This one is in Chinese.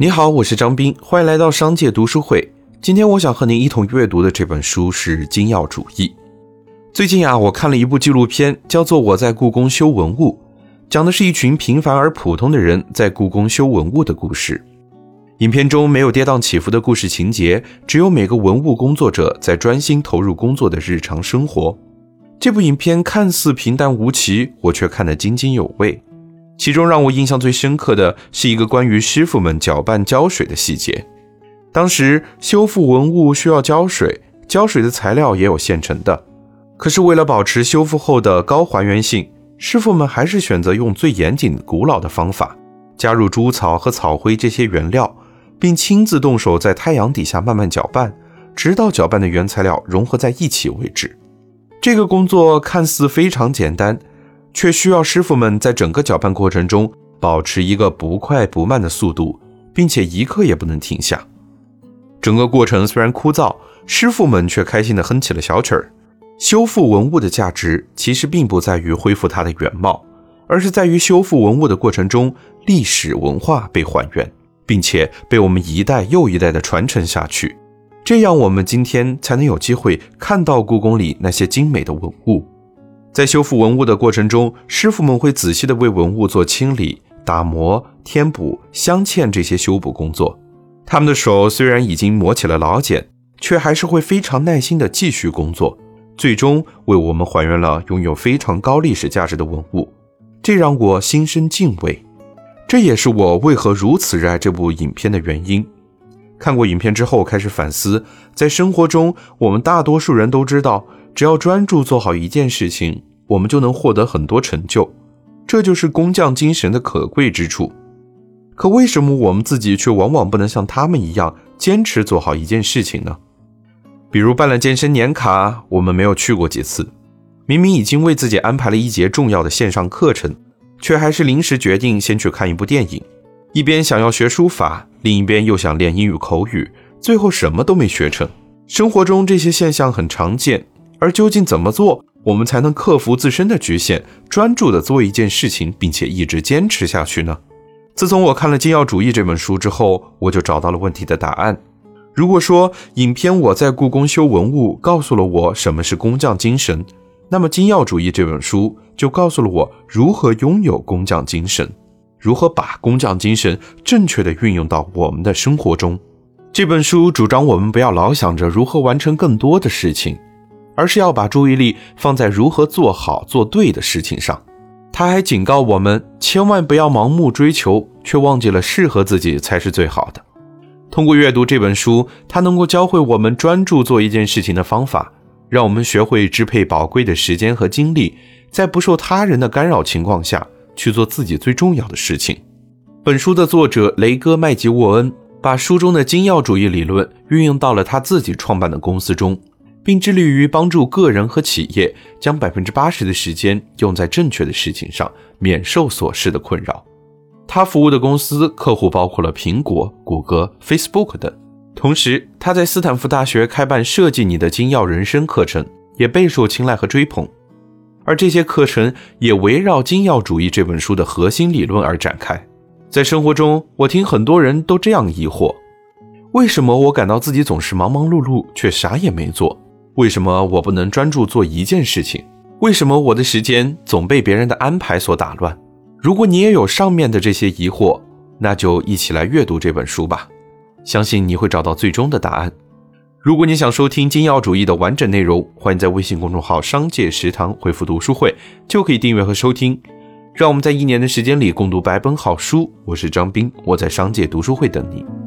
你好，我是张斌，欢迎来到商界读书会。今天我想和您一同阅读的这本书是《精要主义》。最近我看了一部纪录片，叫做《我在故宫修文物》，讲的是一群平凡而普通的人在故宫修文物的故事。影片中没有跌宕起伏的故事情节，只有每个文物工作者在专心投入工作的日常生活。这部影片看似平淡无奇，我却看得津津有味。其中让我印象最深刻的是一个关于师傅们搅拌胶水的细节。当时修复文物需要胶水，胶水的材料也有现成的，可是为了保持修复后的高还原性，师傅们还是选择用最严谨古老的方法，加入猪草和草灰这些原料，并亲自动手在太阳底下慢慢搅拌，直到搅拌的原材料融合在一起为止。这个工作看似非常简单，却需要师傅们在整个搅拌过程中保持一个不快不慢的速度，并且一刻也不能停下。整个过程虽然枯燥，师傅们却开心地哼起了小曲儿。修复文物的价值其实并不在于恢复它的原貌，而是在于修复文物的过程中，历史文化被还原，并且被我们一代又一代的传承下去。这样我们今天才能有机会看到故宫里那些精美的文物。在修复文物的过程中，师傅们会仔细地为文物做清理、打磨、填补、镶嵌这些修补工作。他们的手虽然已经磨起了老茧，却还是会非常耐心地继续工作，最终为我们还原了拥有非常高历史价值的文物。这让我心生敬畏，这也是我为何如此热爱这部影片的原因。看过影片之后开始反思，在生活中我们大多数人都知道，只要专注做好一件事情，我们就能获得很多成就，这就是工匠精神的可贵之处。可为什么我们自己却往往不能像他们一样坚持做好一件事情呢？比如办了健身年卡，我们没有去过几次，明明已经为自己安排了一节重要的线上课程，却还是临时决定先去看一部电影，一边想要学书法，另一边又想练英语口语，最后什么都没学成。生活中这些现象很常见，而究竟怎么做，我们才能克服自身的局限，专注地做一件事情，并且一直坚持下去呢？自从我看了《精要主义》这本书之后，我就找到了问题的答案。如果说影片《我在故宫修文物》告诉了我什么是工匠精神，那么《精要主义》这本书就告诉了我如何拥有工匠精神，如何把工匠精神正确地运用到我们的生活中。这本书主张我们不要老想着如何完成更多的事情，而是要把注意力放在如何做好做对的事情上。他还警告我们千万不要盲目追求，却忘记了适合自己才是最好的。通过阅读这本书，它能够教会我们专注做一件事情的方法，让我们学会支配宝贵的时间和精力，在不受他人的干扰情况下去做自己最重要的事情。本书的作者雷戈麦吉沃恩把书中的精要主义理论运用到了他自己创办的公司中，并致力于帮助个人和企业将 80% 的时间用在正确的事情上，免受琐事的困扰。他服务的公司客户包括了苹果、谷歌、Facebook 等。同时，他在斯坦福大学开办设计你的精要人生课程，也备受青睐和追捧。而这些课程也围绕《精要主义》这本书的核心理论而展开。在生活中，我听很多人都这样疑惑：为什么我感到自己总是忙忙碌碌，却啥也没做？为什么我不能专注做一件事情？为什么我的时间总被别人的安排所打乱？如果你也有上面的这些疑惑，那就一起来阅读这本书吧，相信你会找到最终的答案。如果你想收听精要主义的完整内容，欢迎在微信公众号商界食堂回复读书会，就可以订阅和收听。让我们在1年的时间里共读100本好书。我是张斌，我在商界读书会等你。